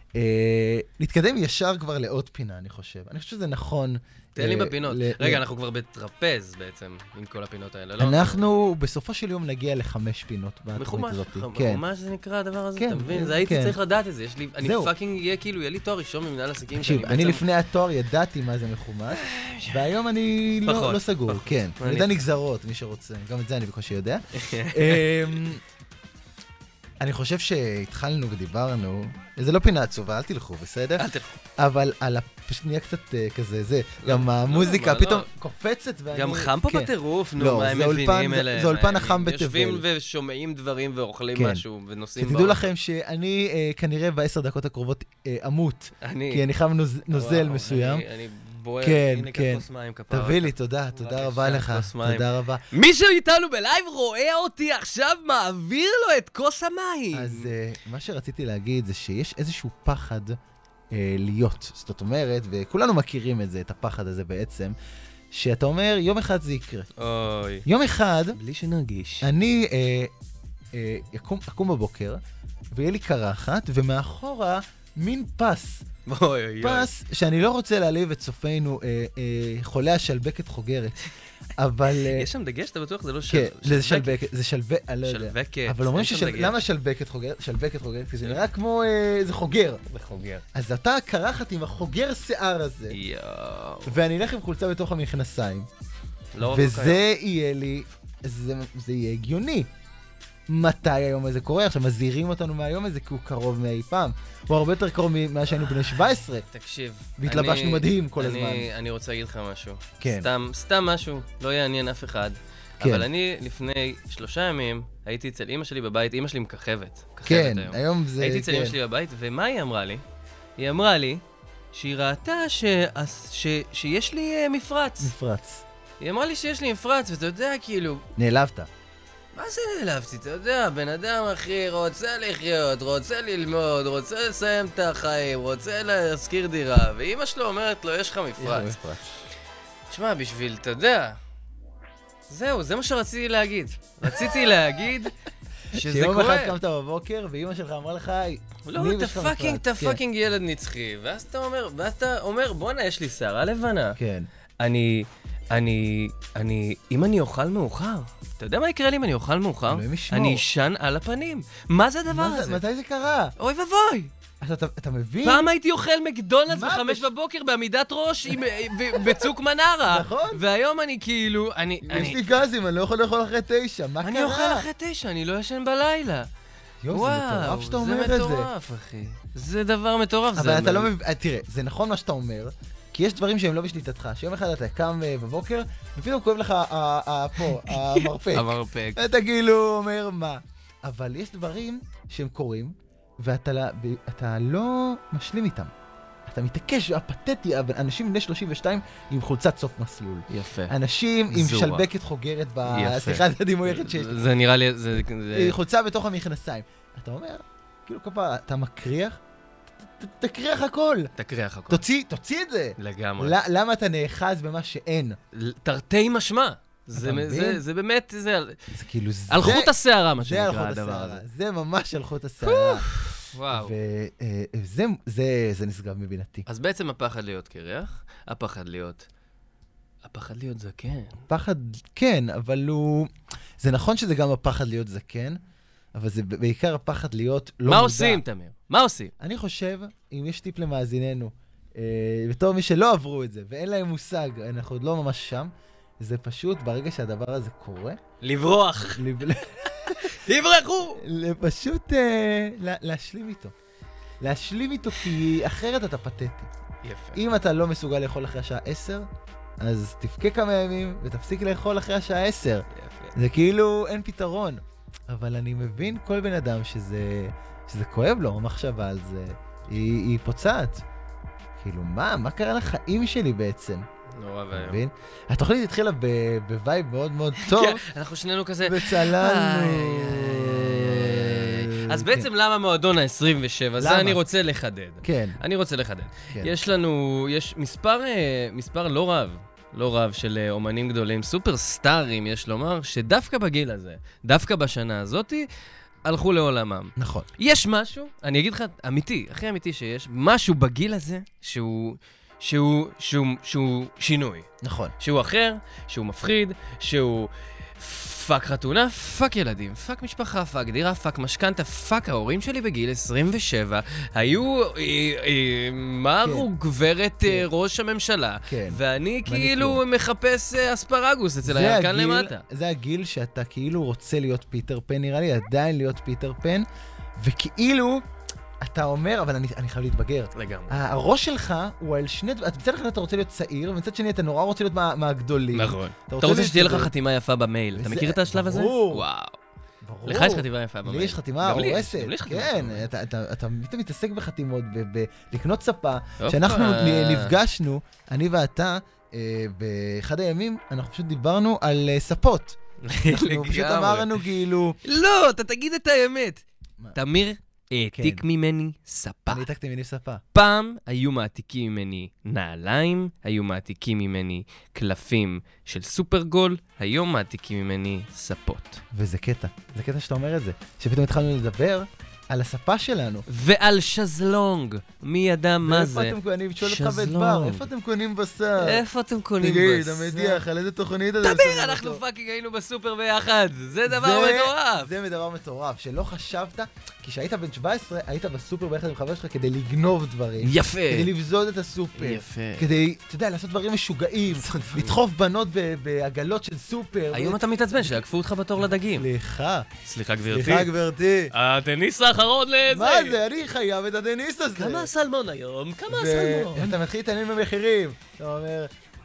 נתקדם ישר כבר לעוד פינה, אני חושב. אני חושב שזה נכון. תן לי בפינות. רגע, אנחנו כבר בטרפז בעצם, עם כל הפינות האלה, לא? אנחנו בסופו של יום נגיע ל5 פינות בתוכנית הזאת. מחומש זה נקרא הדבר הזה, אתה מבין? זה הייתי צריך לדעת את זה. אני פאקינג יהיה כאילו, יהיה לי תואר ראשון ממנהל עסקים. תקשיב, אני לפני התואר ידעתי מה זה מחומש, והיום אני לא סגור. כן, אני יודע נגזרות, מי שרוצה. גם את זה אני בקושי יודע. אני חושב שהתחלנו ודיברנו, זה לא פינה עצובה, אל תלכו, בסדר? אל תלכו. אבל פשוט נהיה קצת כזה, זה, גם המוזיקה פתאום קופצת ואני... גם חם פה בטירוף, נו, מה הם מבינים אליהם? זה אולפן החם בתבל. יושבים ושומעים דברים ואוכלים משהו ונוסעים באור. תדעו לכם שאני כנראה ב10 דקות הקרובות אמות, כי אני חם נוזל מסוים. כן, כן. תביא לי, תודה רבה לך, תודה רבה. מישהו איתנו בלייב רואה אותי עכשיו מעביר לו את כוס המים. אז מה שרציתי להגיד זה שיש איזשהו פחד להיות, זאת אומרת, וכולנו מכירים את זה, את הפחד הזה בעצם, שאתה אומר, יום אחד זה יקרה. אוי. יום אחד, בלי שנרגיש. אני אקום בבוקר, ויהיה לי קרחת, ומאחורה מין פס. פס שאני לא רוצה להעליב את צופינו חולי השלבקת חוגרת, אבל... יש שם דגש, אתה בטוח? זה לא כן, זה שלבקת, זה שלבקת, אני לא יודע. שלבקת. אבל אומרים למה שלבקת חוגרת? שלבקת חוגרת, כי זה נראה כמו איזה חוגר. זה חוגר. אז אתה קרחת עם החוגר שיער הזה, ואני אלך עם חולצה בתוך המכנסיים, וזה יהיה לי, זה יהיה הגיוני. מתי היום הזה קורה? עכשיו מזהירים אותנו מהיום הזה, כי הוא קרוב מאי פעם. הוא הרבה יותר קרוב ממה שהיינו בני 17. תקשיב. והתלבשנו מדהים כל הזמן. אני רוצה להגיד לך משהו. כן. סתם משהו, לא יעניין אף אחד. כן. אבל אני לפני 3 ימים הייתי אצל אמא שלי בבית, אמא שלי מככבת. כן, היום זה... הייתי אצל אמא שלי בבית, ומה היא אמרה לי? היא אמרה לי שהיא ראתה שיש לי מפרץ. מפרץ. היא אמרה לי שיש לי מפרץ, ואתה יודע, כאילו... נעלבת. מה זה נעלבתי? אתה יודע, בן אדם אחי רוצה לחיות, רוצה ללמוד, רוצה לסיים את החיים, רוצה להשכיר דירה, ואמא שלו אומרת לו, יש לך מפרץ. תשמע, בשביל, אתה יודע, זהו, זה מה שרציתי להגיד. רציתי להגיד שזה קורה. שיום אחד קמת בבוקר, ואמא שלך אמרה לך, לא, אתה פאקינג ילד נצחי, ואז אתה אומר, בוא'נה, יש לי שערה לבנה. כן. אם אני אוכל מאוחר, אתה יודע מה יקרה לי אם אני אוכל מאוחר? אני אשן על הפנים. מה זה הדבר הזה? מתי זה קרה? אוי ובוי. אתה מבין? פעם הייתי אוכל מקדונלדס ב5 בבוקר בעמידת ראש בצוק מנרה. נכון. והיום אני כאילו, יש לי גזים, אני לא יכול לאכול אחרי 9, מה קרה? אני אוכל אחרי 9, אני לא ישן בלילה. יואו, זה מטורף שאתה אומר את זה. זה מטורף, אחי. זה דבר מטורף. אבל אתה לא מבין, תראה, זה נכון מה שאתה אומר, כי יש דברים שהם לא בשליטתך, שיום אחד אתה קם בבוקר, ופתאום כואב לך פה, המרפק. המרפק. אתה כאילו אומר מה. אבל יש דברים שהם קורים, ואתה לא משלים איתם. אתה מתעקש, הפתטי, אנשים בני 32 עם חולצת סוף מסלול. יפה. אנשים עם שלבקת חוגרת, סליחה, זה הדימוי היחיד שיש. זה נראה לי, חולצה בתוך המכנסיים. אתה אומר, כאילו כפה, אתה מקריח, תקריח הכל. תקריח הכל. תוציא את זה. לגמרי. למה אתה נאחז במה שאין? תרתי משמע. זה באמת, זה כאילו על חוט השערה, מה שנקרא הדבר הזה. זה ממש על חוט השערה. וואו. וזה נשגב מבינתי. אז בעצם הפחד להיות קרח, הפחד להיות זקן. פחד, כן, אבל זה נכון שזה גם הפחד להיות זקן, אבל זה בעיקר הפחד להיות לא מודע. מה עושים, תמיר? מה עושים? אני חושב, אם יש טיפ למאזיננו, בתור מי שלא עברו את זה, ואין להם מושג, אנחנו עוד לא ממש שם, זה פשוט, ברגע שהדבר הזה קורה... לברוח. תברחו! פשוט להשלים איתו. להשלים איתו, כי אחרת אתה פתטי. יפה. אם אתה לא מסוגל לאכול אחרי השעה 10, אז תפקה כמה ימים ותפסיק לאכול אחרי השעה 10. יפה. זה כאילו אין פתרון. אבל אני מבין כל בן אדם שזה כואב לו, המחשבה על זה. היא פוצעת. כאילו, מה קרה לחיים שלי בעצם? נורא והיום. התוכנית התחילה בווייב מאוד מאוד טוב. כן, אנחנו שנינו כזה... וצללנו. אז בעצם למה מועדון ה-27? זה אני רוצה לחדד. כן. אני רוצה לחדד. יש מספר לא רב של אומנים גדולים, סופר סטארים, יש לומר, שדווקא בגיל הזה, דווקא בשנה הזאת, הלכו לעולמם. נכון. יש משהו, אני אגיד לך, אמיתי, הכי אמיתי שיש, משהו בגיל הזה שהוא שינוי. נכון. שהוא אחר, שהוא מפחיד, שהוא פאק חתונה, פאק ילדים, פאק משפחה, פאק דירה, פאק משכנתה, פאק ההורים שלי בגיל 27 היו מרו גברת ראש הממשלה, ואני כאילו מחפש אספרגוס אצל הירקן למטה. זה הגיל שאתה כאילו רוצה להיות פיטר פן, נראה לי עדיין להיות פיטר פן, וכאילו... אתה אומר, אבל אני חייב להתבגר. לגמרי. הראש שלך הוא על שני... מצד אחד אתה רוצה להיות צעיר, ומצד שני אתה נורא רוצה להיות מהגדולים. נכון. אתה רוצה שתהיה לך חתימה יפה במייל. אתה מכיר את השלב הזה? ברור. וואו. ברור. לך יש חתימה יפה במייל. לי יש חתימה הורסת. כן, אתה מתעסק בחתימות, לקנות ספה, שאנחנו נפגשנו, אני ואתה, באחד הימים, אנחנו פשוט דיברנו על ספות. אנחנו פשוט אמרנו כאילו... לא, אתה תגיד את האמת. תמיר העתיק ממני ספה. אני העתקתי ממני ספה. פעם היו מעתיקים ממני נעליים, היו מעתיקים ממני קלפים של סופרגול, היום מעתיקים ממני ספות. וזה קטע. זה קטע שאתה אומר את זה. שפתאום התחלנו לדבר על הספה שלנו. ועל שזלונג. מי ידע מה זה? ואיפה אתם קונים? שואל אותך בית בר, איפה אתם קונים בשר? איפה אתם קונים בשר? תגיד, המדיח, על איזה תוכנית הזה? תמיר, אנחנו פאקינג היינו בסופר ביחד. זה דבר מטורף. זה דבר מטורף, שלא חשבת, כי כשהיית בן 17, היית בסופר ביחד עם חבר שלך כדי לגנוב דברים. יפה. כדי לבזוד את הסופר. יפה. כדי, אתה יודע, לעשות דברים משוגעים. לדחוף בנות בעגלות של סופר. היום אתה מתעצבן שעקפו אותך בתור לדגים. סליחה, גברתי. סליחה, גברתי. הטניס האחרון לזה. מה זה? אני חייב את הטניס הזה. כמה הסלמון היום? כמה הסלמון? אתה מתחיל להתעניין במחירים. אתה אומר,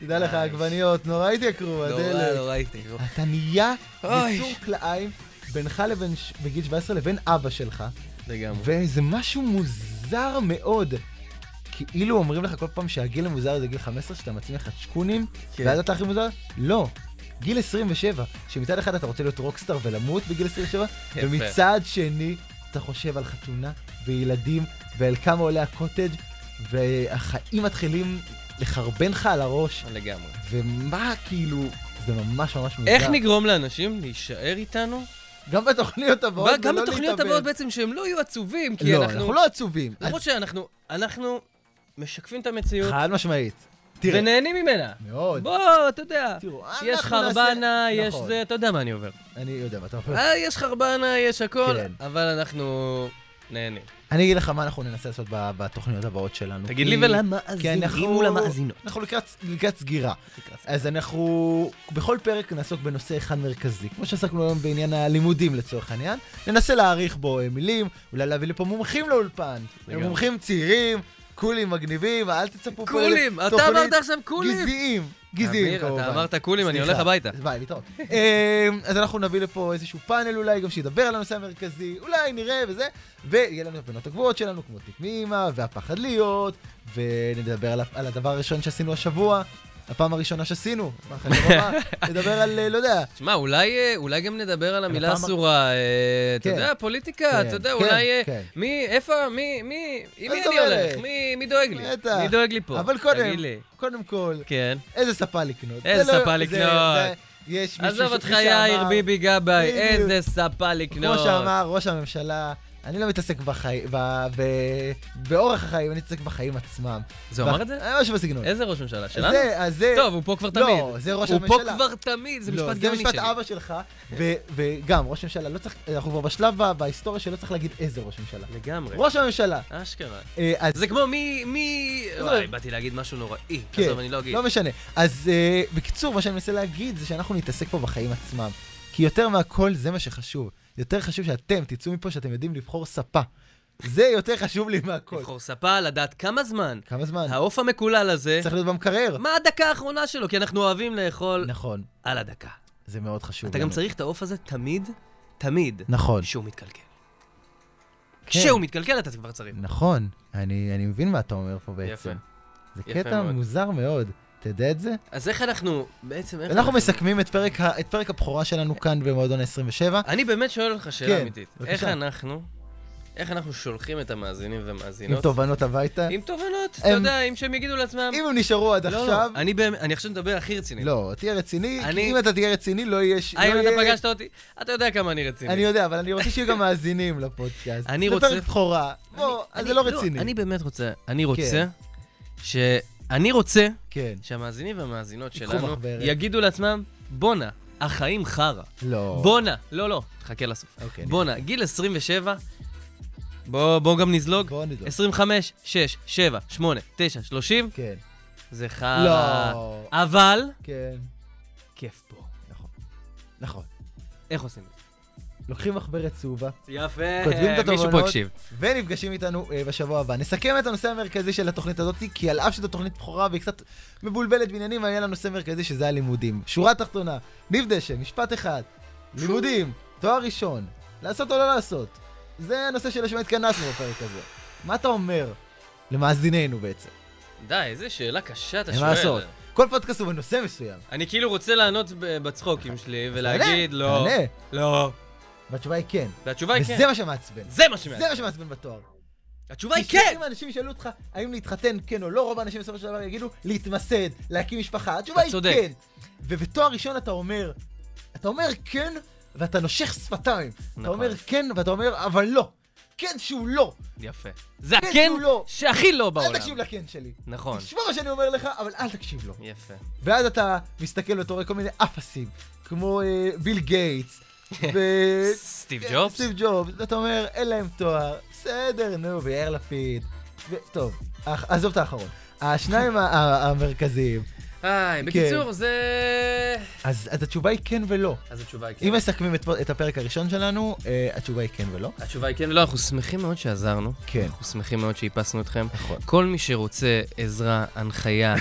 תדע לך, העגבניות נורא התייקרו, הדלק. נורא התייקרו. אתה נהיה אוי. יצור כלאיים בינך בגיל 17 לבין אבא שלך. לגמרי. וזה משהו מוזר מאוד. כאילו אומרים לך כל פעם שהגיל המוזר זה גיל 15, שאתה מצמיח חצ'קונים, כן. ואז אתה הכי מוזר? לא. גיל 27, שמצד אחד אתה רוצה להיות רוקסטאר ולמות בגיל 27, יפה. ומצד שני אתה חושב על חתונה וילדים ועל כמה עולה הקוטג' והחיים מתחילים לחרבן לך על הראש. לגמרי. ומה כאילו, זה ממש ממש מוזר. איך נגרום לאנשים להישאר איתנו? גם בתוכניות הבאות ולא להתאבד. גם בתוכניות הבאות בעצם שהם לא יהיו עצובים, כי לא, אנחנו לא עצובים. למרות שאנחנו משקפים את המציאות. חד משמעית. תראה. ונהנים ממנה. מאוד. בוא, אתה יודע. תראו, יש חרבנה, יש נכון. זה, אתה יודע מה אני עובר. אני יודע מה אתה אומר. יש חרבנה, יש הכל, כן. אבל אנחנו נהנים. אני אגיד לך מה אנחנו ננסה לעשות בתוכניות הבאות שלנו. תגיד כי- לי ולמאזינים ולמאזינות. אנחנו לקראת סגירה. אז אנחנו בכל פרק נעסוק בנושא אחד מרכזי. כמו שעסקנו היום בעניין הלימודים לצורך העניין. ננסה להעריך בו מילים, אולי להביא לפה מומחים לאולפן. לגמרי. מומחים צעירים, קולים מגניבים, אל תצפו פה קולים, אתה אמרת עכשיו קולים. גזעיים אמיר, כמובן. אתה אמרת קולים, אני הולך הביתה. ביי, להתראות. אז אנחנו נביא לפה איזשהו פאנל אולי, גם שידבר על הנושא המרכזי, אולי נראה וזה, ויהיה לנו הפנות הגבוהות שלנו, כמו תיק מאמא, והפחד להיות, ונדבר על הדבר הראשון שעשינו השבוע, הפעם הראשונה שעשינו, נדבר על, לא יודע. תשמע, אולי גם נדבר על המילה הפעם- אסורה, אתה כן. יודע, פוליטיקה, אתה יודע, כן, אולי, כן. עם מי אז אני אומרת. הולך? מי דואג לי? בטח. מי דואג לי פה? אבל תגיד לי. קודם כל, כן. איזה ספה לקנות. איזה זה לא- ספה זה- לקנות. זה- יש מישהו עזוב אותך מי שאמר- יאיר ביבי גבאי, בדיוק. איזה ספה לקנות. כמו שאמר ראש הממשלה, אני לא מתעסק באורח החיים, אני מתעסק בחיים עצמם. זה הוא אמר את זה? משהו בסגנון. איזה ראש ממשלה? שלנו? זה... טוב, הוא פה כבר לא, תמיד. זה ראש הוא הממשלה. פה כבר תמיד, זה לא, משפט זה גאוני משפט שלי. אבא שלך, וגם ראש הממשלה, לא צריך, אנחנו כבר בשלב בהיסטוריה שלא צריך להגיד איזה ראש ממשלה. לגמרי. ראש הממשלה. אשכרה. אז זה כמו מי... וואי, באתי להגיד משהו נוראי. כן, עזוב, אני לא אגיד. לא משנה. אז בקיצור, מה שאני מנסה להגיד זה שאנחנו נתעסק פה בחיים עצמם. כי יותר מהכל זה מה שחשוב. יותר חשוב שאתם תצאו מפה שאתם יודעים לבחור ספה. זה יותר חשוב לי מהכל. לבחור ספה, לדעת כמה זמן. כמה זמן? העוף המקולל הזה, צריך להיות במקרר. מה הדקה האחרונה שלו? כי אנחנו אוהבים לאכול נכון, על הדקה. זה מאוד חשוב. אתה גם לנו. צריך את העוף הזה תמיד, נכון. שהוא מתקלקל. כן. כשהוא מתקלקל אתה כבר צריך. נכון, אני מבין מה אתה אומר פה בעצם. יפה. זה יפה קטע מאוד. מוזר מאוד. אתה יודע את זה? אז איך אנחנו, בעצם איך אנחנו מסכמים את פרק הבכורה שלנו כאן במועדון ה-27. אני באמת שואל אותך שאלה כן, אמיתית. בבקשה. איך אנחנו שולחים את המאזינים עם ומאזינות? תובנות הביתה. עם תובנות, אתה יודע, אם שהם יגידו לעצמם. אם הם נשארו עד לא, עכשיו... אני עכשיו מדבר הכי רציני. לא, תהיה רציני, כי אני- אם אתה תהיה רציני לא יהיה... אם אתה פגשת אותי, אתה יודע כמה אני רציני. אני יודע, אבל אני רוצה שיהיו גם מאזינים לפודקאסט. אני זה רוצה- פרק בכורה. בוא, אז זה לא רציני. אני באמת רוצה, אני רוצה כן. שהמאזינים והמאזינות ייקחו שלנו מחברת. יגידו לעצמם, בואנה, החיים חרא. לא. בואנה, לא, תחכה לסוף. אוקיי, בואנה, גיל 27, בוא גם נזלוג. בוא נדלוג. 25, 6, 7, 8, 9, 30, כן. זה חרא. לא. אבל, כן. כיף פה. נכון. נכון. איך עושים את זה? לוקחים מחברת צהובה, יפה, כותבים את מישהו פה התובנות, הקשיב. ונפגשים איתנו בשבוע הבא. נסכם את הנושא המרכזי של התוכנית הזאת, כי על אף שזו תוכנית בכורה והיא קצת מבולבלת בעניינים, היה לה נושא מרכזי שזה הלימודים. שורה תחתונה, ניב דשא, משפט אחד, לימודים, תואר ראשון, לעשות או לא לעשות. זה הנושא שלשם התכנסנו בפרק הזה. מה אתה אומר למאזיננו בעצם? די, איזה שאלה קשה אתה אין מה שואל. לעשות. כל פודקאסט הוא בנושא מסוים. אני כאילו רוצה לענות בצחוקים שלי ולהגיד לא, תענה. לא. והתשובה היא כן. והתשובה היא כן. וזה מה שמעצבן. זה מה זה מה שמעצבן. שמעצבן בתואר. התשובה היא כי כן! אם האנשים ישאלו אותך האם להתחתן כן או לא, רוב האנשים בסופו של דבר יגידו להתמסד, להקים משפחה. התשובה היא צודק. כן. ובתואר ראשון אתה אומר כן, ואתה נושך שפתיים. אתה נכון. אומר כן, ואתה אומר אבל לא. כן שהוא לא. יפה. זה כן, הכן שהוא לא. שהכי לא בעולם. אל תקשיב לכן שלי. נכון. תשמע מה שאני אומר לך, אבל אל תקשיב לו. יפה. ואז אתה מסתכל ואתה רואה כל מיני אפסים, כמו ביל גייטס, סטיב ג'ובס? סטיב ג'ובס, ואתה אומר, אין להם תואר, בסדר, נו, ויאיר לפיד. טוב, עזוב את האחרון. השניים המרכזיים. בקיצור, זה... אז התשובה היא כן ולא. אז התשובה היא כן. אם מסכמים את הפרק הראשון שלנו, התשובה היא כן ולא. התשובה היא כן, לא, אנחנו שמחים מאוד שעזרנו. כן. אנחנו שמחים מאוד שאיפסנו אתכם. נכון. כל מי שרוצה עזרה, הנחיה,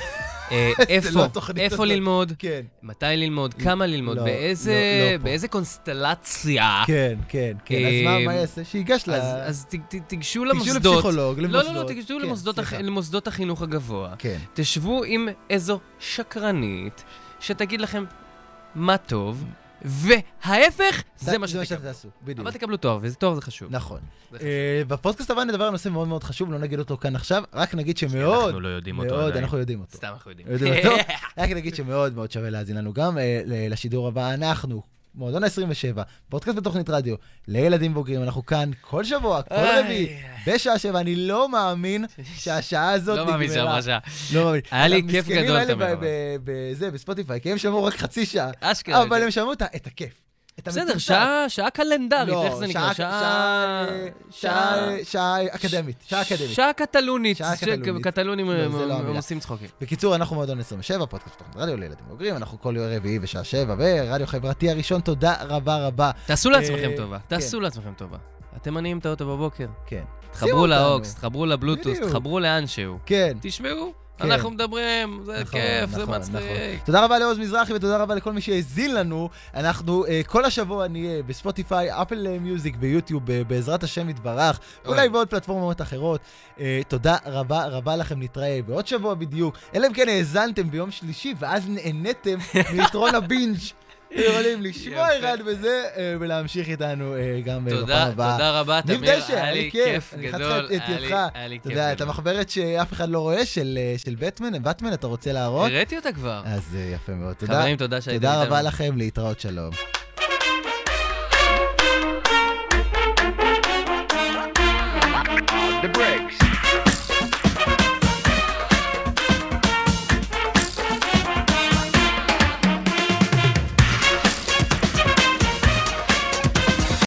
איפה ללמוד, כן. מתי ללמוד, כמה ללמוד, באיזה קונסטלציה. כן. אז מה יעשה? שיגש אז תיגשו למוסדות. תיגשו לפסיכולוג, לא, תיגשו למוסדות החינוך הגבוה. כן. תשבו עם איזו שקרנית, שתגיד לכם מה טוב, וההפך, זה מה שתעשו. בדיוק. אבל תקבלו תואר, וזה תואר זה חשוב. נכון. בפודקאסט הבא נדבר על נושא מאוד מאוד חשוב, לא נגיד אותו כאן עכשיו, רק נגיד שמאוד... אנחנו לא יודעים אותו עדיין. אנחנו יודעים אותו. סתם אנחנו יודעים. רק נגיד שמאוד מאוד שווה להאזין לנו גם לשידור הבא. אנחנו, מועדון ה-27, פודקאסט בתוכנית רדיו, לילדים בוגרים, אנחנו כאן כל שבוע, כל רביעי, בשעה 7, אני לא מאמין שהשעה הזאת נגמרה. לא מאמין שעברה שעה. לא מאמין. היה לי כיף גדול תמיד. בספוטיפיי, כי הם שמעו רק חצי שעה, אשכרה. אבל הם שמעו את הכיף. בסדר, שעה קלנדרית, איך זה נקרא? שעה אקדמית. שעה קטלונית. קטלונים עושים צחוקים. בקיצור, אנחנו מועדון 27, פודקאסט בתוכנית רדיו לילדים בוגרים, אנחנו כל יום רביעי בשעה 7, ברדיו חברתי הראשון, תודה רבה. תעשו לעצמכם טובה. אתם מניעים את האוטו בבוקר. כן. תחברו לאוקס, תחברו לבלוטוס, תחברו לאנשהו. כן. תשמעו. אנחנו מדברים, זה כיף, זה מצחיק. תודה רבה לעוז מזרחי ותודה רבה לכל מי שהזין לנו. אנחנו כל השבוע נהיה בספוטיפיי, אפל מיוזיק, ביוטיוב, בעזרת השם יתברך, אולי בעוד פלטפורמות אחרות. תודה רבה לכם, נתראה בעוד שבוע בדיוק. אלא אם כן האזנתם ביום שלישי ואז נהניתם מיתרון הבינג'. יכולים לשמוע אחד בזה ולהמשיך איתנו גם בפעם הבאה. תודה רבה, תמיר, היה לי כיף גדול. היה לי כיף גדול. את המחברת שאף אחד לא רואה של בטמן, אתה רוצה להראות? הראיתי אותה כבר. אז יפה מאוד. חברים, תודה שהייתם איתנו. תודה רבה לכם, להתראות, שלום. The Bricks.